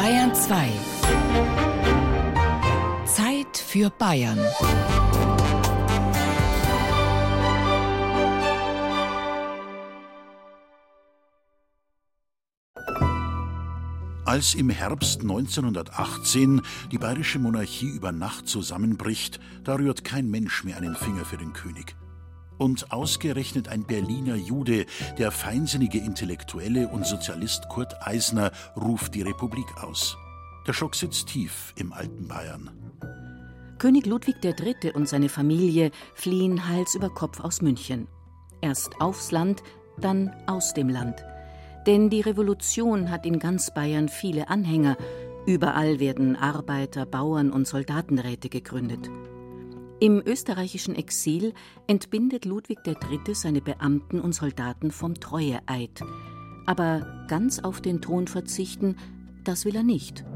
Bayern 2. Zeit für Bayern. Als im Herbst 1918 die bayerische Monarchie über Nacht zusammenbricht, da rührt kein Mensch mehr einen Finger für den König. Und ausgerechnet ein Berliner Jude, der feinsinnige Intellektuelle und Sozialist Kurt Eisner, ruft die Republik aus. Der Schock sitzt tief im alten Bayern. König Ludwig III. Und seine Familie fliehen Hals über Kopf aus München. Erst aufs Land, dann aus dem Land. Denn die Revolution hat in ganz Bayern viele Anhänger. Überall werden Arbeiter-, Bauern- und Soldatenräte gegründet. Im österreichischen Exil entbindet Ludwig III. Seine Beamten und Soldaten vom Treueeid. Aber ganz auf den Thron verzichten, das will er nicht.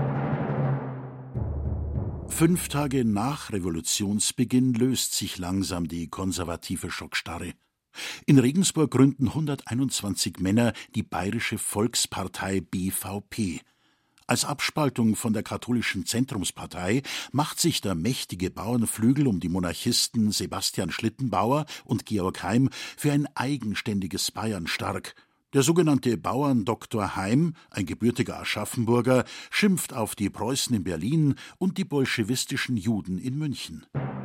5 Tage nach Revolutionsbeginn löst sich langsam die konservative Schockstarre. In Regensburg gründen 121 Männer die Bayerische Volkspartei BVP. Als Abspaltung von der katholischen Zentrumspartei macht sich der mächtige Bauernflügel um die Monarchisten Sebastian Schlittenbauer und Georg Heym für ein eigenständiges Bayern stark. Der sogenannte Bauern-Dr. Heym, ein gebürtiger Aschaffenburger, schimpft auf die Preußen in Berlin und die bolschewistischen Juden in München.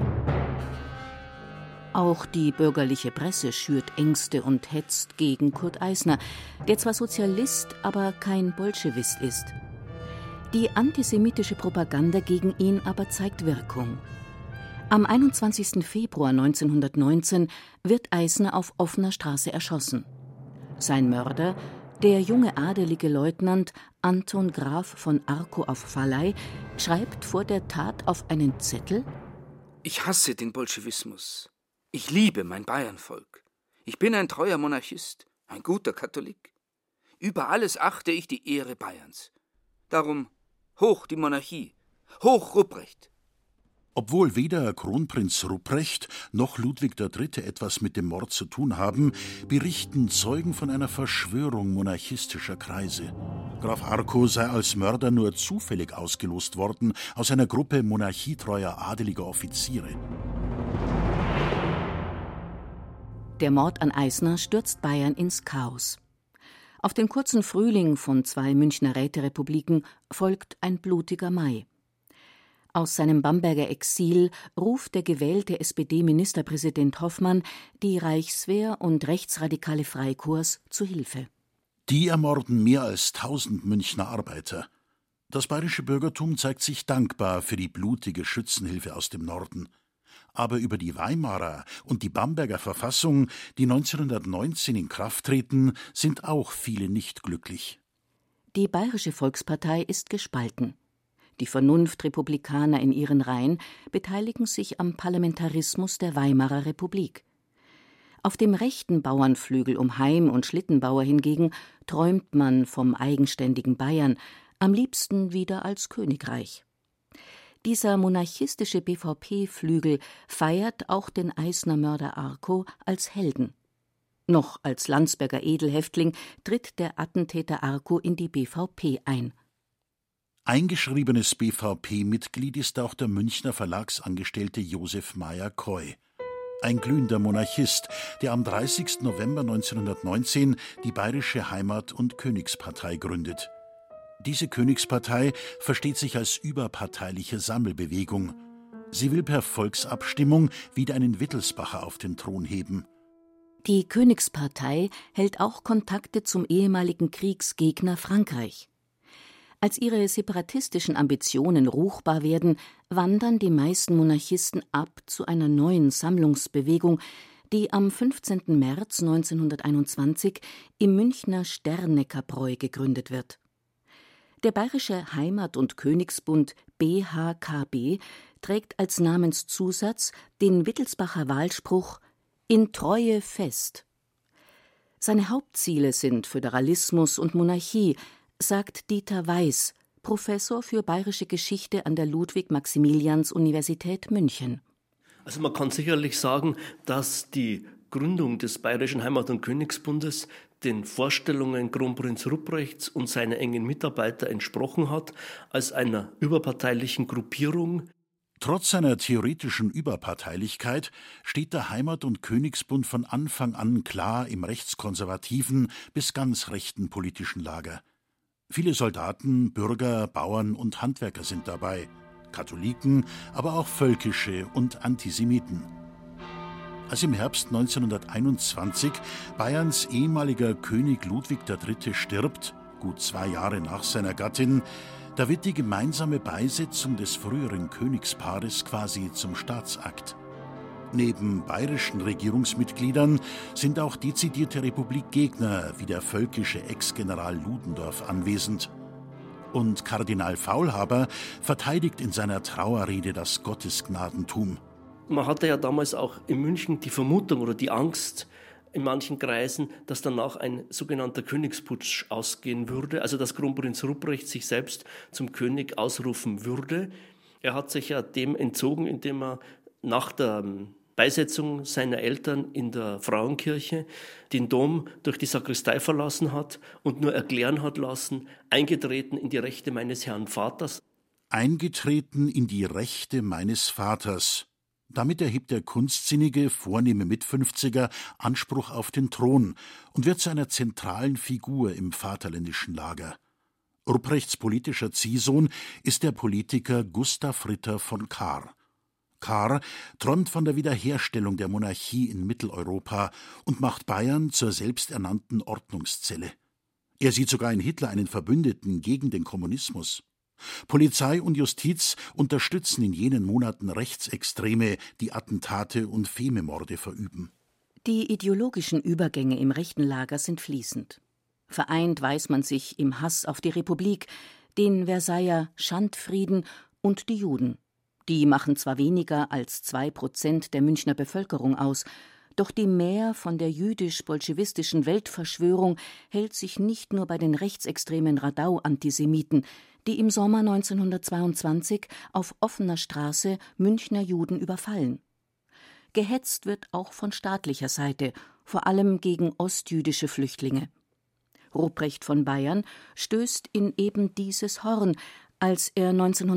Auch die bürgerliche Presse schürt Ängste und hetzt gegen Kurt Eisner, der zwar Sozialist, aber kein Bolschewist ist. Die antisemitische Propaganda gegen ihn aber zeigt Wirkung. Am 21. Februar 1919 wird Eisner auf offener Straße erschossen. Sein Mörder, der junge adelige Leutnant Anton Graf von Arco auf Valley, schreibt vor der Tat auf einen Zettel: Ich hasse den Bolschewismus. Ich liebe mein Bayernvolk. Ich bin ein treuer Monarchist, ein guter Katholik. Über alles achte ich die Ehre Bayerns. Darum hoch die Monarchie, hoch Rupprecht. Obwohl weder Kronprinz Rupprecht noch Ludwig III. Etwas mit dem Mord zu tun haben, berichten Zeugen von einer Verschwörung monarchistischer Kreise. Graf Arco sei als Mörder nur zufällig ausgelost worden aus einer Gruppe monarchietreuer adeliger Offiziere. Der Mord an Eisner stürzt Bayern ins Chaos. Auf den kurzen Frühling von 2 Münchner Räterepubliken folgt ein blutiger Mai. Aus seinem Bamberger Exil ruft der gewählte SPD-Ministerpräsident Hoffmann die Reichswehr und rechtsradikale Freikorps zu Hilfe. Die ermorden mehr als 1000 Münchner Arbeiter. Das bayerische Bürgertum zeigt sich dankbar für die blutige Schützenhilfe aus dem Norden. Aber über die Weimarer und die Bamberger Verfassung, die 1919 in Kraft treten, sind auch viele nicht glücklich. Die Bayerische Volkspartei ist gespalten. Die Vernunftrepublikaner in ihren Reihen beteiligen sich am Parlamentarismus der Weimarer Republik. Auf dem rechten Bauernflügel um Heym und Schlittenbauer hingegen träumt man vom eigenständigen Bayern, am liebsten wieder als Königreich. Dieser monarchistische BVP-Flügel feiert auch den Eisner-Mörder Arco als Helden. Noch als Landsberger Edelhäftling tritt der Attentäter Arco in die BVP ein. Eingeschriebenes BVP-Mitglied ist auch der Münchner Verlagsangestellte Josef Meyer-Koy. Ein glühender Monarchist, der am 30. November 1919 die Bayerische Heimat- und Königspartei gründet. Diese Königspartei versteht sich als überparteiliche Sammelbewegung. Sie will per Volksabstimmung wieder einen Wittelsbacher auf den Thron heben. Die Königspartei hält auch Kontakte zum ehemaligen Kriegsgegner Frankreich. Als ihre separatistischen Ambitionen ruchbar werden, wandern die meisten Monarchisten ab zu einer neuen Sammlungsbewegung, die am 15. März 1921 im Münchner Sterneckerbräu gegründet wird. Der Bayerische Heimat- und Königsbund BHKB trägt als Namenszusatz den Wittelsbacher Wahlspruch »In Treue fest«. Seine Hauptziele sind Föderalismus und Monarchie, sagt Dieter Weiß, Professor für Bayerische Geschichte an der Ludwig-Maximilians-Universität München. Also man kann sicherlich sagen, dass die Gründung des Bayerischen Heimat- und Königsbundes den Vorstellungen Kronprinz Rupprechts und seiner engen Mitarbeiter entsprochen hat, als einer überparteilichen Gruppierung. Trotz seiner theoretischen Überparteilichkeit steht der Heimat- und Königsbund von Anfang an klar im rechtskonservativen bis ganz rechten politischen Lager. Viele Soldaten, Bürger, Bauern und Handwerker sind dabei, Katholiken, aber auch Völkische und Antisemiten. Als im Herbst 1921 Bayerns ehemaliger König Ludwig III. Stirbt, gut 2 Jahre nach seiner Gattin, da wird die gemeinsame Beisetzung des früheren Königspaares quasi zum Staatsakt. Neben bayerischen Regierungsmitgliedern sind auch dezidierte Republikgegner wie der völkische Ex-General Ludendorff anwesend. Und Kardinal Faulhaber verteidigt in seiner Trauerrede das Gottesgnadentum. Man hatte ja damals auch in München die Vermutung oder die Angst in manchen Kreisen, dass danach ein sogenannter Königsputsch ausgehen würde, also dass Kronprinz Rupprecht sich selbst zum König ausrufen würde. Er hat sich ja dem entzogen, indem er nach der Beisetzung seiner Eltern in der Frauenkirche den Dom durch die Sakristei verlassen hat und nur erklären hat lassen, eingetreten in die Rechte meines Herrn Vaters. Eingetreten in die Rechte meines Vaters. Damit erhebt der kunstsinnige, vornehme Mitfünfziger Anspruch auf den Thron und wird zu einer zentralen Figur im vaterländischen Lager. Rupprechts politischer Ziehsohn ist der Politiker Gustav Ritter von Kahr. Kahr träumt von der Wiederherstellung der Monarchie in Mitteleuropa und macht Bayern zur selbsternannten Ordnungszelle. Er sieht sogar in Hitler einen Verbündeten gegen den Kommunismus. Polizei und Justiz unterstützen in jenen Monaten Rechtsextreme, die Attentate und Fememorde verüben. Die ideologischen Übergänge im rechten Lager sind fließend. Vereint weiß man sich im Hass auf die Republik, den Versailler Schandfrieden und die Juden. Die machen zwar weniger als 2% der Münchner Bevölkerung aus, doch die Mär von der jüdisch-bolschewistischen Weltverschwörung hält sich nicht nur bei den rechtsextremen Radau-Antisemiten, die im Sommer 1922 auf offener Straße Münchner Juden überfallen. Gehetzt wird auch von staatlicher Seite, vor allem gegen ostjüdische Flüchtlinge. Rupprecht von Bayern stößt in eben dieses Horn, als er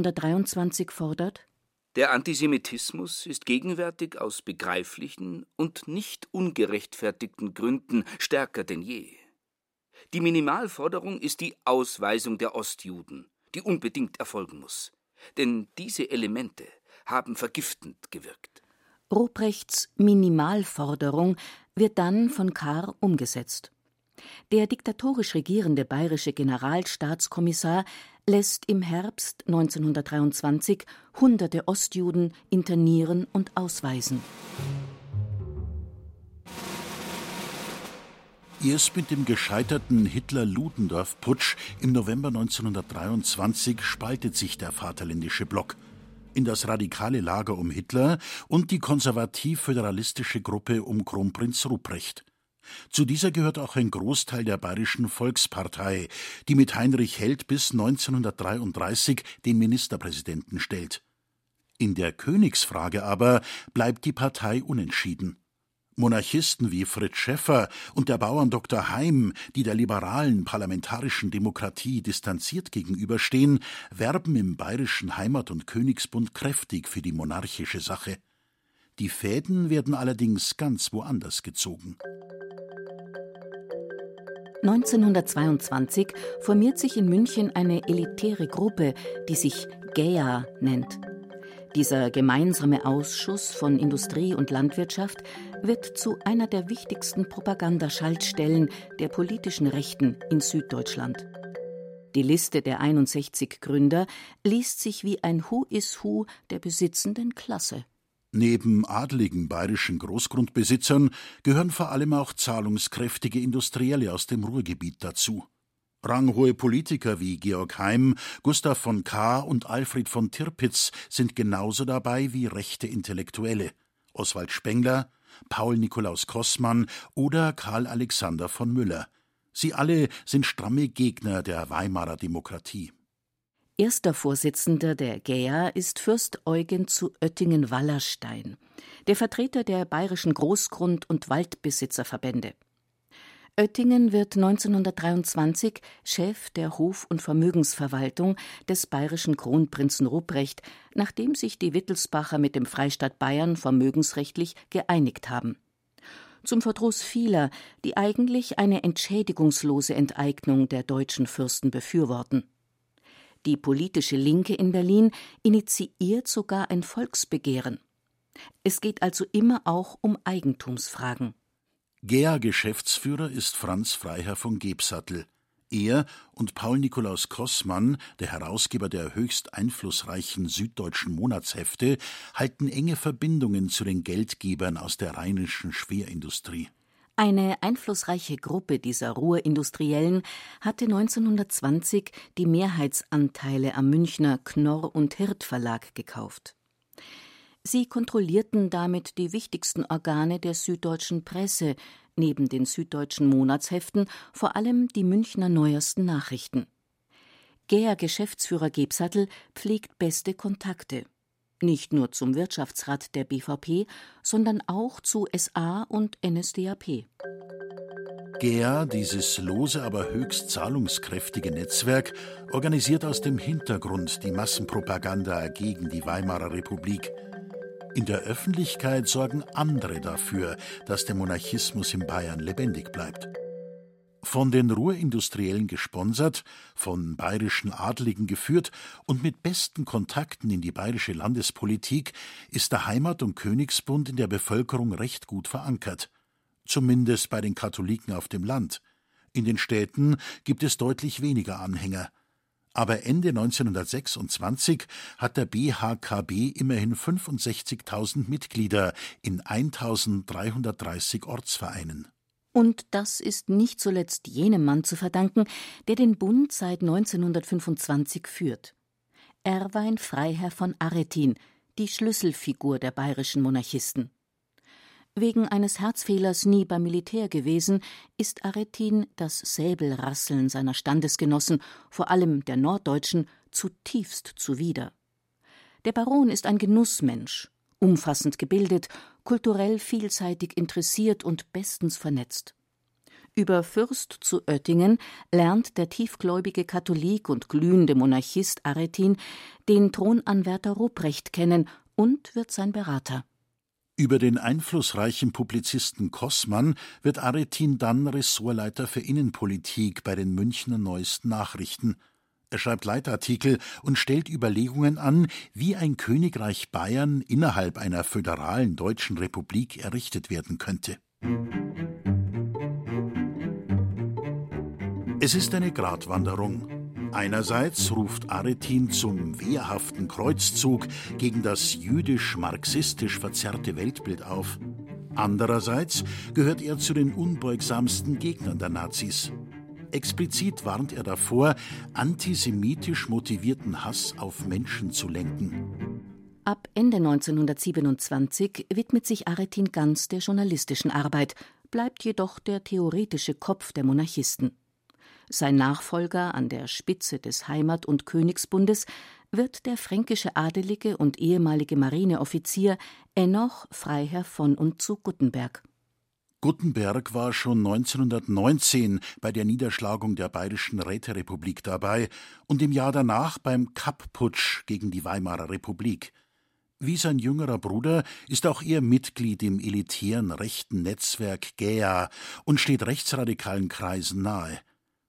1923 fordert: Der Antisemitismus ist gegenwärtig aus begreiflichen und nicht ungerechtfertigten Gründen stärker denn je. Die Minimalforderung ist die Ausweisung der Ostjuden, die unbedingt erfolgen muss. Denn diese Elemente haben vergiftend gewirkt. Rupprechts Minimalforderung wird dann von Kahr umgesetzt. Der diktatorisch regierende bayerische Generalstaatskommissar lässt im Herbst 1923 Hunderte Ostjuden internieren und ausweisen. Erst mit dem gescheiterten Hitler-Ludendorff-Putsch im November 1923 spaltet sich der vaterländische Block in das radikale Lager um Hitler und die konservativ-föderalistische Gruppe um Kronprinz Rupprecht. Zu dieser gehört auch ein Großteil der Bayerischen Volkspartei, die mit Heinrich Held bis 1933 den Ministerpräsidenten stellt. In der Königsfrage aber bleibt die Partei unentschieden. Monarchisten wie Fritz Schäffer und der Bauern Dr. Heim, die der liberalen parlamentarischen Demokratie distanziert gegenüberstehen, werben im Bayerischen Heimat- und Königsbund kräftig für die monarchische Sache. Die Fäden werden allerdings ganz woanders gezogen. 1922 formiert sich in München eine elitäre Gruppe, die sich GEA nennt. Dieser gemeinsame Ausschuss von Industrie und Landwirtschaft wird zu einer der wichtigsten Propagandaschaltstellen der politischen Rechten in Süddeutschland. Die Liste der 61 Gründer liest sich wie ein Who is Who der besitzenden Klasse. Neben adligen bayerischen Großgrundbesitzern gehören vor allem auch zahlungskräftige Industrielle aus dem Ruhrgebiet dazu. Ranghohe Politiker wie Georg Heim, Gustav von Kahr und Alfred von Tirpitz sind genauso dabei wie rechte Intellektuelle. Oswald Spengler, Paul Nikolaus Kossmann oder Karl Alexander von Müller. Sie alle sind stramme Gegner der Weimarer Demokratie. Erster Vorsitzender der GEA ist Fürst Eugen zu Oettingen-Wallerstein, der Vertreter der bayerischen Großgrund- und Waldbesitzerverbände. Oettingen wird 1923 Chef der Hof- und Vermögensverwaltung des bayerischen Kronprinzen Rupprecht, nachdem sich die Wittelsbacher mit dem Freistaat Bayern vermögensrechtlich geeinigt haben. Zum Verdruss vieler, die eigentlich eine entschädigungslose Enteignung der deutschen Fürsten befürworten. Die politische Linke in Berlin initiiert sogar ein Volksbegehren. Es geht also immer auch um Eigentumsfragen. GEA-Geschäftsführer ist Franz Freiherr von Gebsattel. Er und Paul Nikolaus Kossmann, der Herausgeber der höchst einflussreichen Süddeutschen Monatshefte, halten enge Verbindungen zu den Geldgebern aus der rheinischen Schwerindustrie. Eine einflussreiche Gruppe dieser Ruhrindustriellen hatte 1920 die Mehrheitsanteile am Münchner Knorr und Hirt Verlag gekauft. Sie kontrollierten damit die wichtigsten Organe der süddeutschen Presse, neben den süddeutschen Monatsheften vor allem die Münchner Neuesten Nachrichten. GEA-Geschäftsführer Gebsattel pflegt beste Kontakte. Nicht nur zum Wirtschaftsrat der BVP, sondern auch zu SA und NSDAP. GEA, dieses lose, aber höchst zahlungskräftige Netzwerk, organisiert aus dem Hintergrund die Massenpropaganda gegen die Weimarer Republik. In der Öffentlichkeit sorgen andere dafür, dass der Monarchismus in Bayern lebendig bleibt. Von den Ruhrindustriellen gesponsert, von bayerischen Adligen geführt und mit besten Kontakten in die bayerische Landespolitik ist der Heimat- und Königsbund in der Bevölkerung recht gut verankert. Zumindest bei den Katholiken auf dem Land. In den Städten gibt es deutlich weniger Anhänger. Aber Ende 1926 hat der BHKB immerhin 65.000 Mitglieder in 1.330 Ortsvereinen. Und das ist nicht zuletzt jenem Mann zu verdanken, der den Bund seit 1925 führt. Erwein Freiherr von Aretin, die Schlüsselfigur der bayerischen Monarchisten. Wegen eines Herzfehlers nie beim Militär gewesen, ist Aretin das Säbelrasseln seiner Standesgenossen, vor allem der Norddeutschen, zutiefst zuwider. Der Baron ist ein Genussmensch, umfassend gebildet, kulturell vielseitig interessiert und bestens vernetzt. Über Fürst zu Oettingen lernt der tiefgläubige Katholik und glühende Monarchist Aretin den Thronanwärter Rupprecht kennen und wird sein Berater. Über den einflussreichen Publizisten Kossmann wird Aretin dann Ressortleiter für Innenpolitik bei den Münchner Neuesten Nachrichten. Er schreibt Leitartikel und stellt Überlegungen an, wie ein Königreich Bayern innerhalb einer föderalen deutschen Republik errichtet werden könnte. Es ist eine Gratwanderung. Einerseits ruft Aretin zum wehrhaften Kreuzzug gegen das jüdisch-marxistisch verzerrte Weltbild auf. Andererseits gehört er zu den unbeugsamsten Gegnern der Nazis. Explizit warnt er davor, antisemitisch motivierten Hass auf Menschen zu lenken. Ab Ende 1927 widmet sich Aretin ganz der journalistischen Arbeit, bleibt jedoch der theoretische Kopf der Monarchisten. Sein Nachfolger an der Spitze des Heimat- und Königsbundes wird der fränkische Adelige und ehemalige Marineoffizier Enoch Freiherr von und zu Guttenberg. Guttenberg war schon 1919 bei der Niederschlagung der Bayerischen Räterepublik dabei und im Jahr danach beim Kapp-Putsch gegen die Weimarer Republik. Wie sein jüngerer Bruder ist auch er Mitglied im elitären rechten Netzwerk GEA und steht rechtsradikalen Kreisen nahe.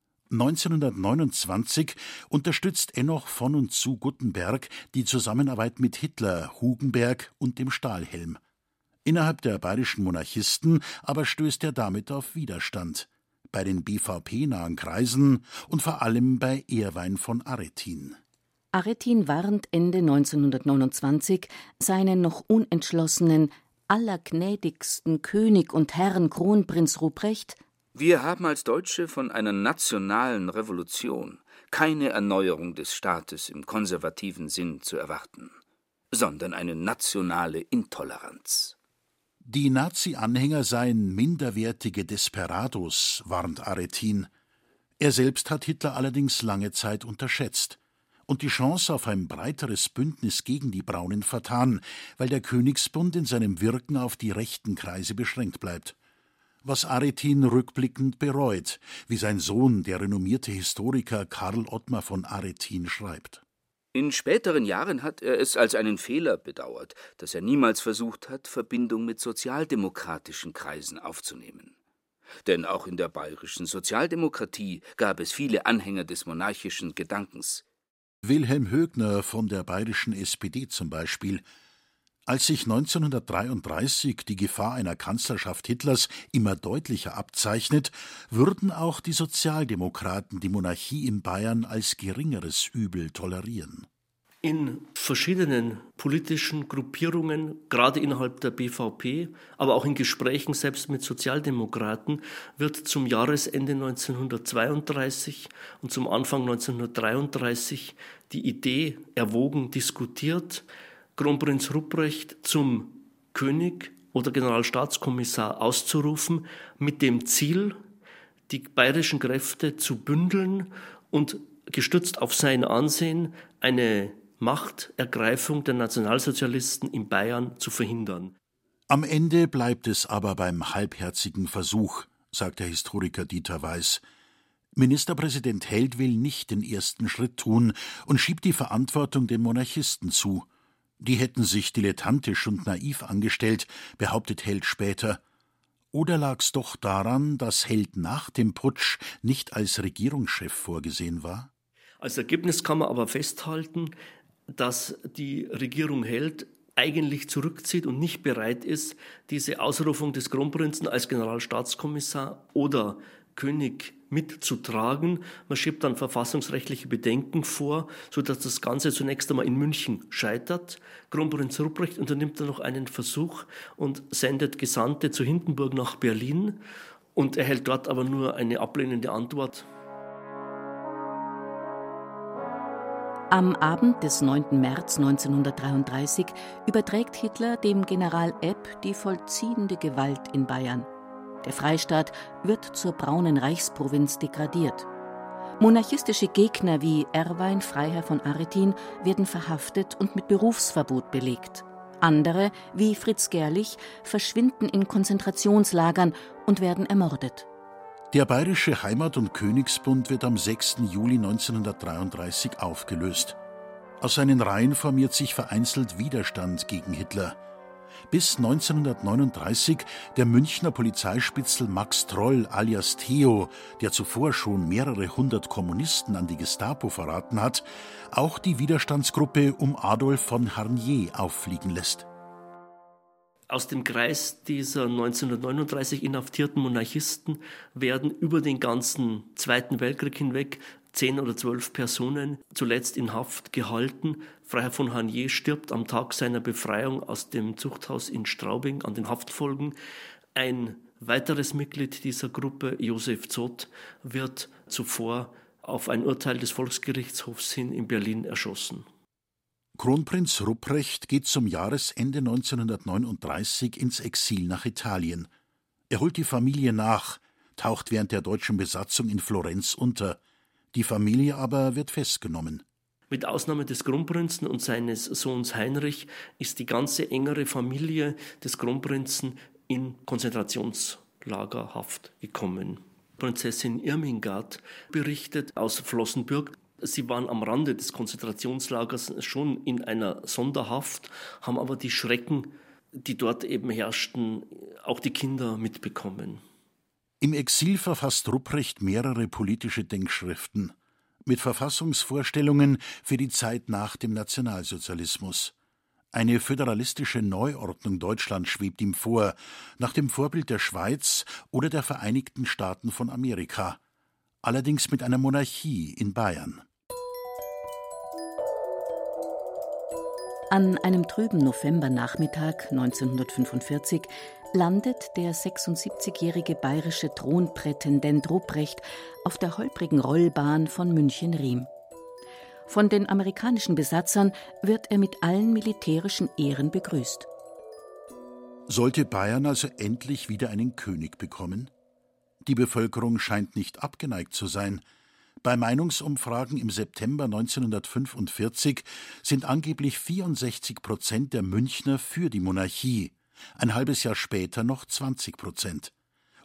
1929 unterstützt Enoch von und zu Guttenberg die Zusammenarbeit mit Hitler, Hugenberg und dem Stahlhelm. Innerhalb der bayerischen Monarchisten aber stößt er damit auf Widerstand. Bei den BVP-nahen Kreisen und vor allem bei Erwein von Aretin. Aretin warnt Ende 1929 seinen noch unentschlossenen, allergnädigsten König und Herrn Kronprinz Rupprecht: Wir haben als Deutsche von einer nationalen Revolution keine Erneuerung des Staates im konservativen Sinn zu erwarten, sondern eine nationale Intoleranz. Die Nazi-Anhänger seien minderwertige Desperados, warnt Aretin. Er selbst hat Hitler allerdings lange Zeit unterschätzt und die Chance auf ein breiteres Bündnis gegen die Braunen vertan, weil der Königsbund in seinem Wirken auf die rechten Kreise beschränkt bleibt. was Aretin rückblickend bereut, wie sein Sohn, der renommierte Historiker Karl Ottmar von Aretin, schreibt. In späteren Jahren hat er es als einen Fehler bedauert, dass er niemals versucht hat, Verbindung mit sozialdemokratischen Kreisen aufzunehmen. Denn auch in der bayerischen Sozialdemokratie gab es viele Anhänger des monarchischen Gedankens. Wilhelm Högner von der bayerischen SPD zum Beispiel. Als sich 1933 die Gefahr einer Kanzlerschaft Hitlers immer deutlicher abzeichnet, würden auch die Sozialdemokraten die Monarchie in Bayern als geringeres Übel tolerieren. In verschiedenen politischen Gruppierungen, gerade innerhalb der BVP, aber auch in Gesprächen selbst mit Sozialdemokraten, wird zum Jahresende 1932 und zum Anfang 1933 die Idee erwogen, diskutiert, Kronprinz Rupprecht zum König oder Generalstaatskommissar auszurufen, mit dem Ziel, die bayerischen Kräfte zu bündeln und gestützt auf sein Ansehen eine Machtergreifung der Nationalsozialisten in Bayern zu verhindern. Am Ende bleibt es aber beim halbherzigen Versuch, sagt der Historiker Dieter Weiß. Ministerpräsident Held will nicht den ersten Schritt tun und schiebt die Verantwortung den Monarchisten zu. Die hätten sich dilettantisch und naiv angestellt, behauptet Held später. Oder lag's doch daran, dass Held nach dem Putsch nicht als Regierungschef vorgesehen war? Als Ergebnis kann man aber festhalten, dass die Regierung Held eigentlich zurückzieht und nicht bereit ist, diese Ausrufung des Kronprinzen als Generalstaatskommissar oder König mitzutragen. Man schiebt dann verfassungsrechtliche Bedenken vor, sodass das Ganze zunächst einmal in München scheitert. Kronprinz Rupprecht unternimmt dann noch einen Versuch und sendet Gesandte zu Hindenburg nach Berlin und erhält dort aber nur eine ablehnende Antwort. Am Abend des 9. März 1933 überträgt Hitler dem General Epp die vollziehende Gewalt in Bayern. Der Freistaat wird zur braunen Reichsprovinz degradiert. Monarchistische Gegner wie Erwein Freiherr von Aretin werden verhaftet und mit Berufsverbot belegt. Andere, wie Fritz Gerlich, verschwinden in Konzentrationslagern und werden ermordet. Der Bayerische Heimat- und Königsbund wird am 6. Juli 1933 aufgelöst. Aus seinen Reihen formiert sich vereinzelt Widerstand gegen Hitler. Bis 1939 der Münchner Polizeispitzel Max Troll alias Theo, der zuvor schon mehrere hundert Kommunisten an die Gestapo verraten hat, auch die Widerstandsgruppe um Adolf von Harnier auffliegen lässt. Aus dem Kreis dieser 1939 inhaftierten Monarchisten werden über den ganzen Zweiten Weltkrieg hinweg 10 oder 12 Personen zuletzt in Haft gehalten. Freiherr von Harnier stirbt am Tag seiner Befreiung aus dem Zuchthaus in Straubing an den Haftfolgen. Ein weiteres Mitglied dieser Gruppe, Josef Zott, wird zuvor auf ein Urteil des Volksgerichtshofs hin in Berlin erschossen. Kronprinz Rupprecht geht zum Jahresende 1939 ins Exil nach Italien. Er holt die Familie nach, taucht während der deutschen Besatzung in Florenz unter. Die Familie aber wird festgenommen. Mit Ausnahme des Kronprinzen und seines Sohns Heinrich ist die ganze engere Familie des Kronprinzen in Konzentrationslagerhaft gekommen. Prinzessin Irmingard berichtet aus Flossenbürg, sie waren am Rande des Konzentrationslagers schon in einer Sonderhaft, haben aber die Schrecken, die dort eben herrschten, auch die Kinder mitbekommen. Im Exil verfasst Rupprecht mehrere politische Denkschriften mit Verfassungsvorstellungen für die Zeit nach dem Nationalsozialismus. Eine föderalistische Neuordnung Deutschlands schwebt ihm vor, nach dem Vorbild der Schweiz oder der Vereinigten Staaten von Amerika, allerdings mit einer Monarchie in Bayern. An einem trüben Novembernachmittag 1945 landet der 76-jährige bayerische Thronprätendent Rupprecht auf der holprigen Rollbahn von München-Riem. Von den amerikanischen Besatzern wird er mit allen militärischen Ehren begrüßt. Sollte Bayern also endlich wieder einen König bekommen? Die Bevölkerung scheint nicht abgeneigt zu sein. Bei Meinungsumfragen im September 1945 sind angeblich 64% der Münchner für die Monarchie, ein halbes Jahr später noch 20%.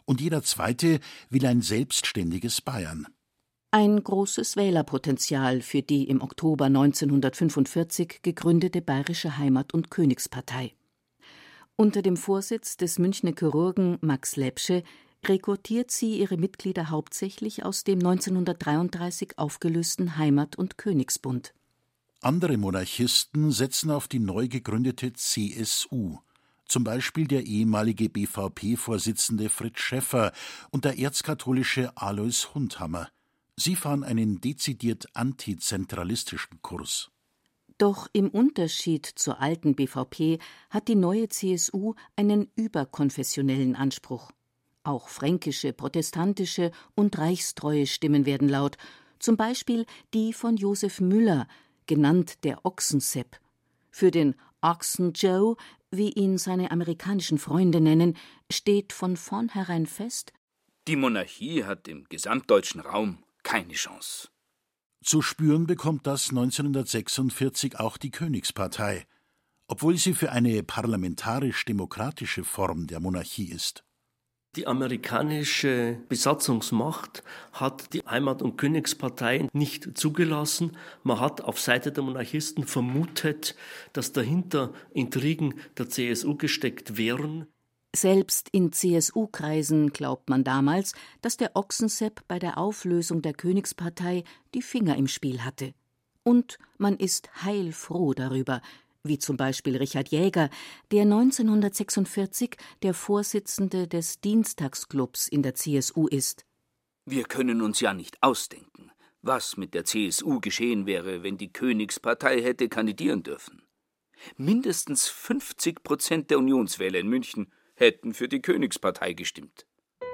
und jeder zweite will ein selbstständiges Bayern. Ein großes Wählerpotenzial für die im Oktober 1945 gegründete Bayerische Heimat- und Königspartei. Unter dem Vorsitz des Münchner Chirurgen Max Läpsche rekrutiert sie ihre Mitglieder hauptsächlich aus dem 1933 aufgelösten Heimat- und Königsbund. Andere Monarchisten setzen auf die neu gegründete CSU, zum Beispiel der ehemalige BVP-Vorsitzende Fritz Schäffer und der erzkatholische Alois Hundhammer. Sie fahren einen dezidiert antizentralistischen Kurs. Doch im Unterschied zur alten BVP hat die neue CSU einen überkonfessionellen Anspruch. Auch fränkische, protestantische und reichstreue Stimmen werden laut, zum Beispiel die von Josef Müller, genannt der Ochsensepp. Für den Ochsen Joe, wie ihn seine amerikanischen Freunde nennen, steht von vornherein fest: Die Monarchie hat im gesamtdeutschen Raum keine Chance. Zu spüren bekommt das 1946 auch die Königspartei, obwohl sie für eine parlamentarisch-demokratische Form der Monarchie ist. Die amerikanische Besatzungsmacht hat die Heimat- und Königspartei nicht zugelassen. Man hat auf Seite der Monarchisten vermutet, dass dahinter Intrigen der CSU gesteckt wären. Selbst in CSU-Kreisen glaubt man damals, dass der Ochsensepp bei der Auflösung der Königspartei die Finger im Spiel hatte. Und man ist heilfroh darüber, wie zum Beispiel Richard Jäger, der 1946 der Vorsitzende des Dienstagsclubs in der CSU ist. Wir können uns ja nicht ausdenken, was mit der CSU geschehen wäre, wenn die Königspartei hätte kandidieren dürfen. Mindestens 50% der Unionswähler in München hätten für die Königspartei gestimmt.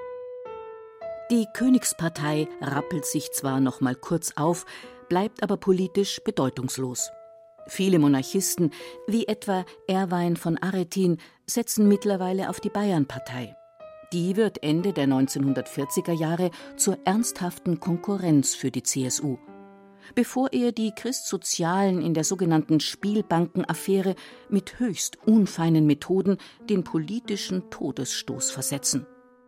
Die Königspartei rappelt sich zwar noch mal kurz auf, bleibt aber politisch bedeutungslos. Viele Monarchisten, wie etwa Erwein von Aretin, setzen mittlerweile auf die Bayernpartei. Die wird Ende der 1940er Jahre zur ernsthaften Konkurrenz für die CSU. Bevor ihr die Christsozialen in der sogenannten Spielbankenaffäre mit höchst unfeinen Methoden den politischen Todesstoß versetzen.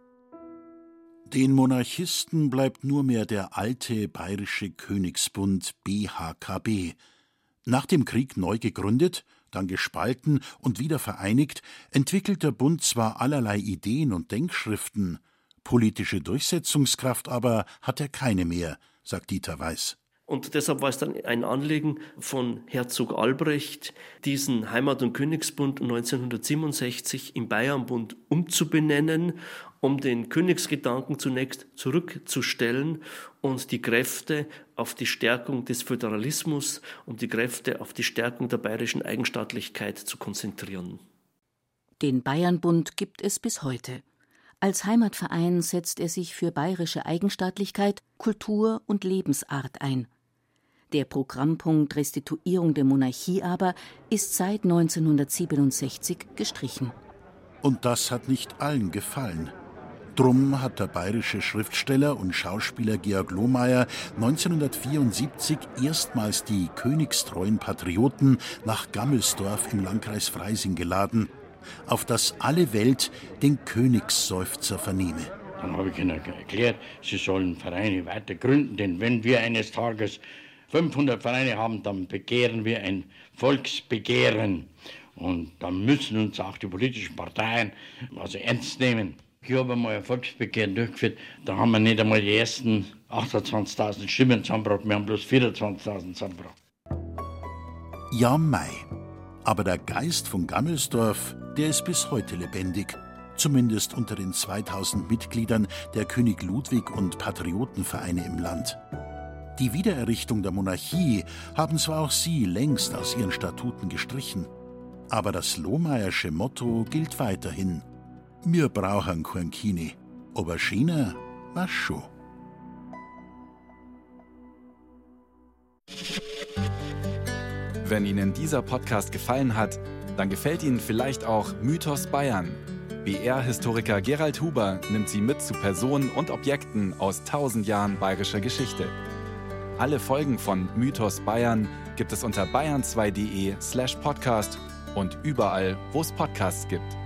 Den Monarchisten bleibt nur mehr der alte bayerische Königsbund BHKB. Nach dem Krieg neu gegründet, dann gespalten und wieder vereinigt, entwickelt der Bund zwar allerlei Ideen und Denkschriften, politische Durchsetzungskraft aber hat er keine mehr, sagt Dieter Weiß. Und deshalb war es dann ein Anliegen von Herzog Albrecht, diesen Heimat- und Königsbund 1967 in Bayernbund umzubenennen, um den Königsgedanken zunächst zurückzustellen und die Kräfte auf die Stärkung des Föderalismus und die Kräfte auf die Stärkung der bayerischen Eigenstaatlichkeit zu konzentrieren. Den Bayernbund gibt es bis heute. Als Heimatverein setzt er sich für bayerische Eigenstaatlichkeit, Kultur und Lebensart ein. Der Programmpunkt Restituierung der Monarchie aber ist seit 1967 gestrichen. Und das hat nicht allen gefallen. Drum hat der bayerische Schriftsteller und Schauspieler Georg Lohmeier 1974 erstmals die königstreuen Patrioten nach Gammelsdorf im Landkreis Freising geladen, auf das alle Welt den Königsseufzer vernehme. Dann habe ich ihnen erklärt, sie sollen Vereine weiter gründen, denn wenn wir eines Tages 500 Vereine haben, dann begehren wir ein Volksbegehren. Und dann müssen uns auch die politischen Parteien ernst nehmen. Ich habe einmal ein Volksbegehren durchgeführt, da haben wir nicht einmal die ersten 28.000 Stimmen zusammengebracht, wir haben bloß 24.000 zusammengebracht. Ja, Mai. Aber der Geist von Gammelsdorf, der ist bis heute lebendig. Zumindest unter den 2000 Mitgliedern der König Ludwig und Patriotenvereine im Land. Die Wiedererrichtung der Monarchie haben zwar auch sie längst aus ihren Statuten gestrichen, aber das Lohmeiersche Motto gilt weiterhin. Wir brauchen kein Kini, aber China war schon. Wenn Ihnen dieser Podcast gefallen hat, dann gefällt Ihnen vielleicht auch Mythos Bayern. BR-Historiker Gerald Huber nimmt Sie mit zu Personen und Objekten aus 1000 Jahren bayerischer Geschichte. Alle Folgen von Mythos Bayern gibt es unter bayern2.de/podcast und überall, wo es Podcasts gibt.